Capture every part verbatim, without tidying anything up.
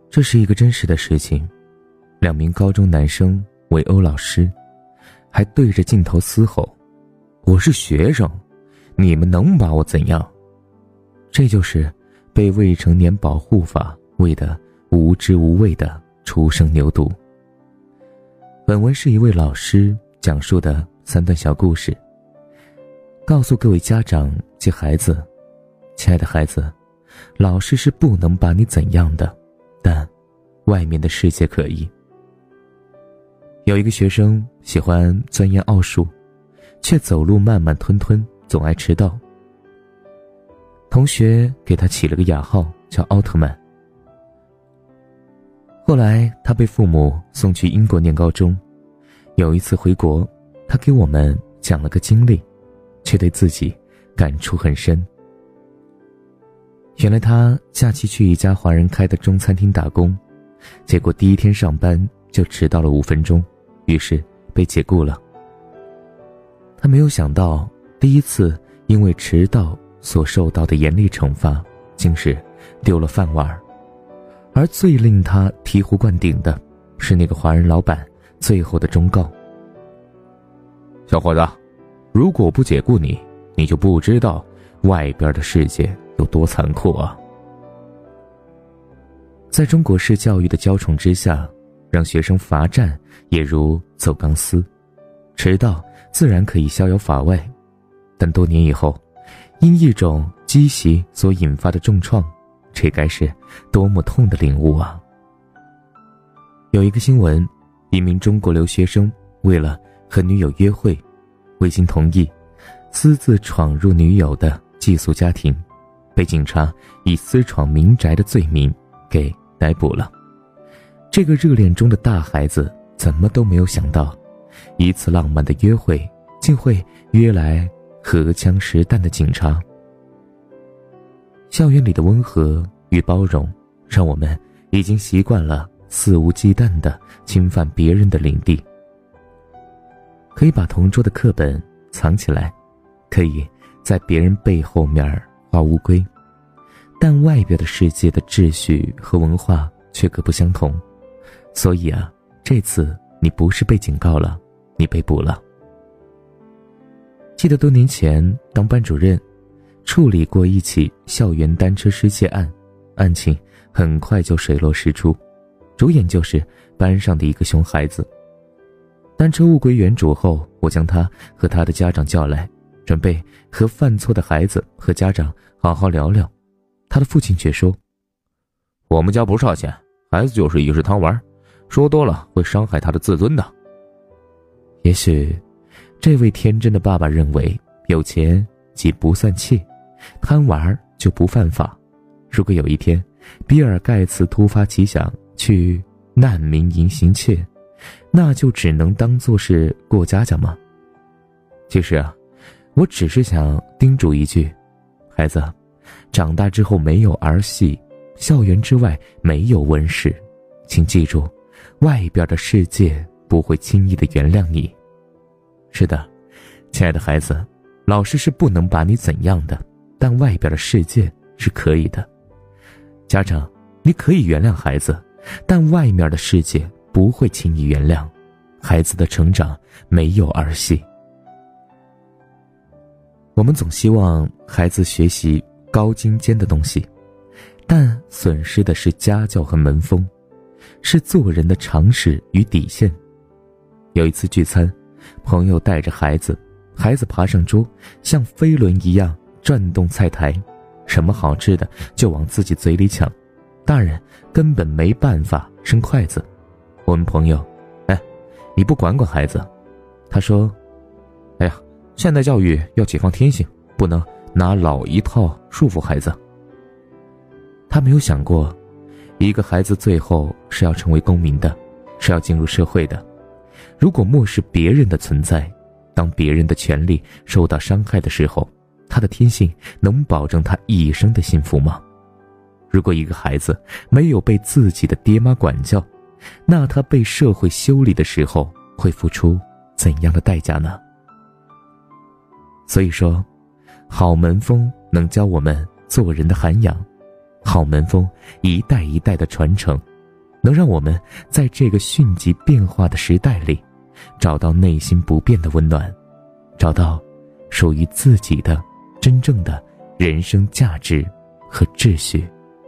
这是一个真实的事情，两名高中男生围殴老师，还对着镜头嘶吼：我是学生，你们能把我怎样？这就是被未成年保护法喂得无知无畏的初生牛犊。本文是一位老师讲述的三段小故事，告诉各位家长及孩子，亲爱的孩子，老师是不能把你怎样的，但外面的世界可以。有一个学生喜欢钻研奥数，却走路慢慢吞吞，总爱迟到。同学给他起了个雅号叫奥特曼。后来他被父母送去英国念高中，有一次回国，他给我们讲了个经历，却对自己感触很深。原来他假期去一家华人开的中餐厅打工，结果第一天上班就迟到了五分钟，于是被解雇了。他没有想到，第一次因为迟到所受到的严厉惩罚，竟是丢了饭碗。而最令他醍醐灌顶的是那个华人老板最后的忠告：小伙子，如果不解雇你，你就不知道外边的世界有多残酷啊！在中国式教育的娇宠之下，让学生罚站也如走钢丝，迟到自然可以逍遥法外，但多年以后，因一种积习所引发的重创，这该是多么痛的领悟啊！有一个新闻，一名中国留学生为了和女友约会，未经同意，私自闯入女友的寄宿家庭，被警察以私闯民宅的罪名给逮捕了。这个热恋中的大孩子怎么都没有想到，一次浪漫的约会竟会约来荷枪实弹的警察。校园里的温和与包容，让我们已经习惯了肆无忌惮地侵犯别人的领地。可以把同桌的课本藏起来，可以在别人背后面画乌龟，但外边的世界的秩序和文化却各不相同。所以啊，这次你不是被警告了，你被捕了。记得多年前当班主任，处理过一起校园单车失窃案，案情很快就水落石出，主演就是班上的一个熊孩子。单车物归原主后，我将他和他的家长叫来，准备和犯错的孩子和家长好好聊聊。他的父亲却说：我们家不差钱，孩子就是一时贪玩，说多了会伤害他的自尊的。也许这位天真的爸爸认为，有钱即不算窃，贪玩就不犯法。如果有一天比尔盖茨突发奇想去难民营行窃，那就只能当作是过家家吗？其实啊，我只是想叮嘱一句，孩子，长大之后没有儿戏，校园之外没有温室，请记住，外边的世界不会轻易的原谅你。是的，亲爱的孩子，老师是不能把你怎样的，但外边的世界是可以的。家长，你可以原谅孩子，但外面的世界不会轻易原谅。孩子的成长没有儿戏。我们总希望孩子学习高精尖的东西，但损失的是家教和门风，是做人的常识与底线。有一次聚餐，朋友带着孩子，孩子爬上桌，像飞轮一样转动菜台，什么好吃的就往自己嘴里抢，大人根本没办法伸筷子。我问朋友：哎，你不管管孩子？他说：哎呀，现代教育要解放天性，不能拿老一套束缚孩子。他没有想过，一个孩子最后是要成为公民的，是要进入社会的。如果漠视别人的存在，当别人的权利受到伤害的时候，他的天性能保证他一生的幸福吗？如果一个孩子没有被自己的爹妈管教，那他被社会修理的时候会付出怎样的代价呢？所以说，好门风能教我们做人的涵养，好门风一代一代的传承， 能让我们在这个迅疾变化的时代里，找到内心不变的温暖，找到属于自己的真正的人生价值和秩序。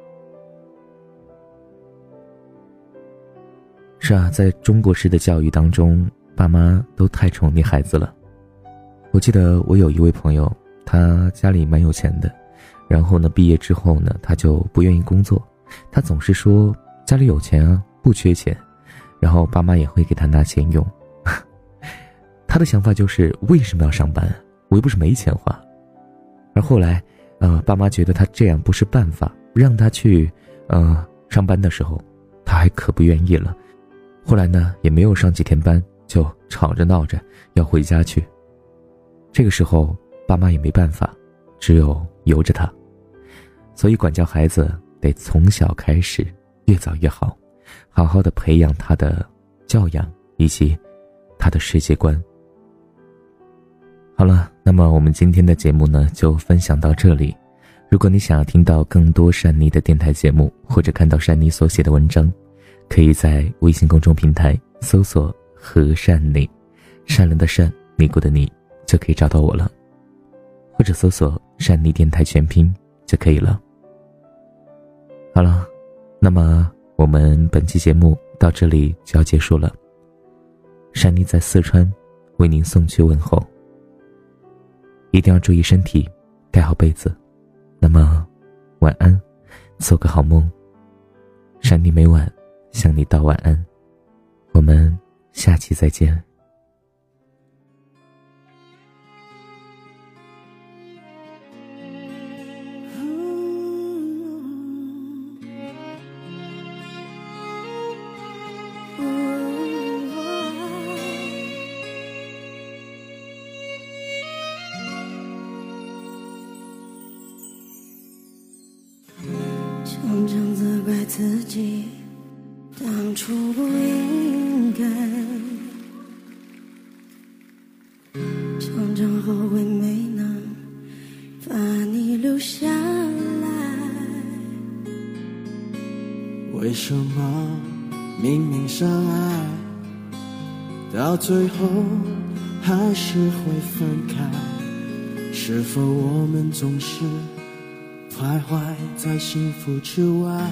是啊，在中国式的教育当中，爸妈都太宠溺孩子了。我记得我有一位朋友，他家里蛮有钱的，然后呢，毕业之后呢，他就不愿意工作，他总是说家里有钱啊，不缺钱，然后爸妈也会给他拿钱用。他的想法就是为什么要上班？我又不是没钱花。而后来，呃，爸妈觉得他这样不是办法，让他去，呃，上班的时候，他还可不愿意了。后来呢，也没有上几天班，就吵着闹着要回家去。这个时候，爸妈也没办法，只有由着他。所以管教孩子得从小开始，越早越好，好好的培养他的教养以及他的世界观。好了，那么我们今天的节目呢，就分享到这里。如果你想要听到更多珊妮的电台节目，或者看到珊妮所写的文章，可以在微信公众平台搜索和善你，善良的善，尼姑的你，就可以找到我了，或者搜索珊妮电台全拼就可以了。好了，那么我们本期节目到这里就要结束了。珊妮在四川为您送去问候，一定要注意身体，盖好被子。那么晚安，做个好梦。珊妮每晚向你道晚安，我们下期再见。 常常责怪自己当初不应该，常常后悔没能把你留下来。 为什么明明相爱，到最后还是会分开？是否我们总是徘徊在幸福之外？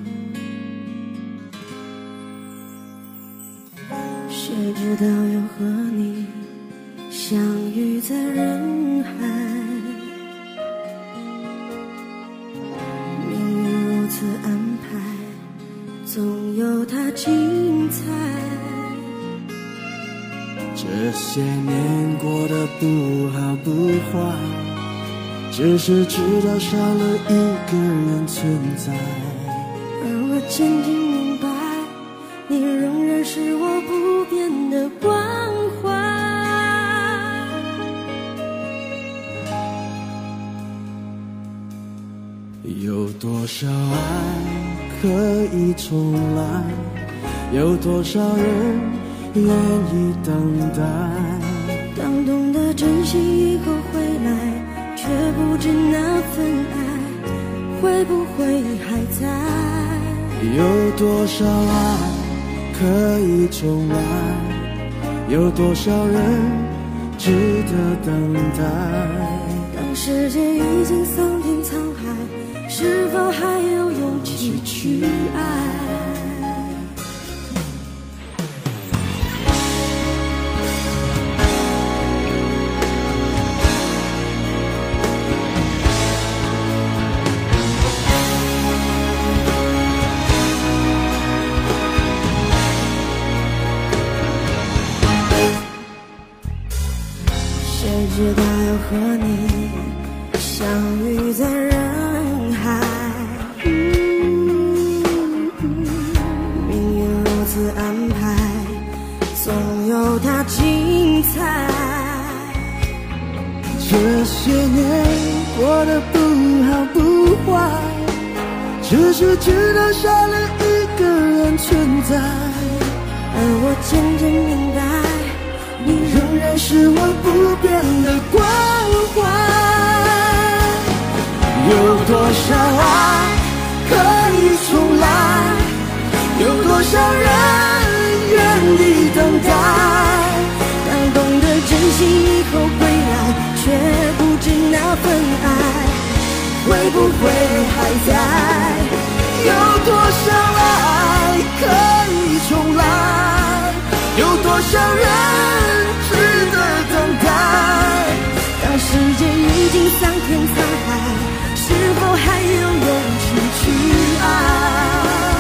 谁知道又和你相遇在人海，命运如此安排，总有它精彩。 这些年过得不好不坏，只是知道少了一个人存在。 而我渐渐明白，你仍然是我不变的关怀。 有多少爱可以重来？有多少人愿意等待？ 当懂得珍惜以后回来，却不知那份爱会不会还在。 有多少爱可以重来？有多少人值得等待？ 当世界已经桑田沧海，是否还有勇气去爱？谁知道又和你相遇在人海，嗯嗯、命运如此安排，总有它精彩。 这些年过得不好不坏，只是知道少了一个人存在。 而我渐渐明白， 你仍然是我不变的关怀。有多少爱可以重来？有多待。当懂得珍惜以后归来，却不知那份爱会不会还在？有多少爱可以重来？有多少人值得等待？当世界已经桑田沧海，是否还有勇气去爱？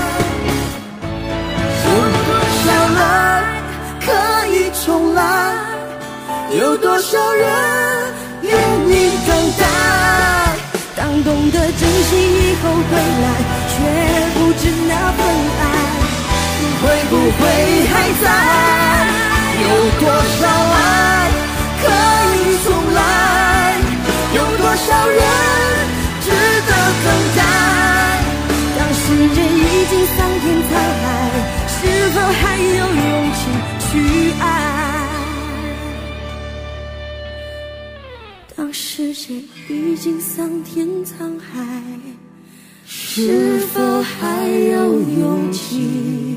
有多少爱可以重来？有多少人愿意等待？当懂得珍惜以后归来，却不知那份爱会不会还在？有多少爱可以重来？有多少人值得等待？当世界已经桑田沧海，是否还有勇气去爱？当世界已经桑田沧海，是否还有勇气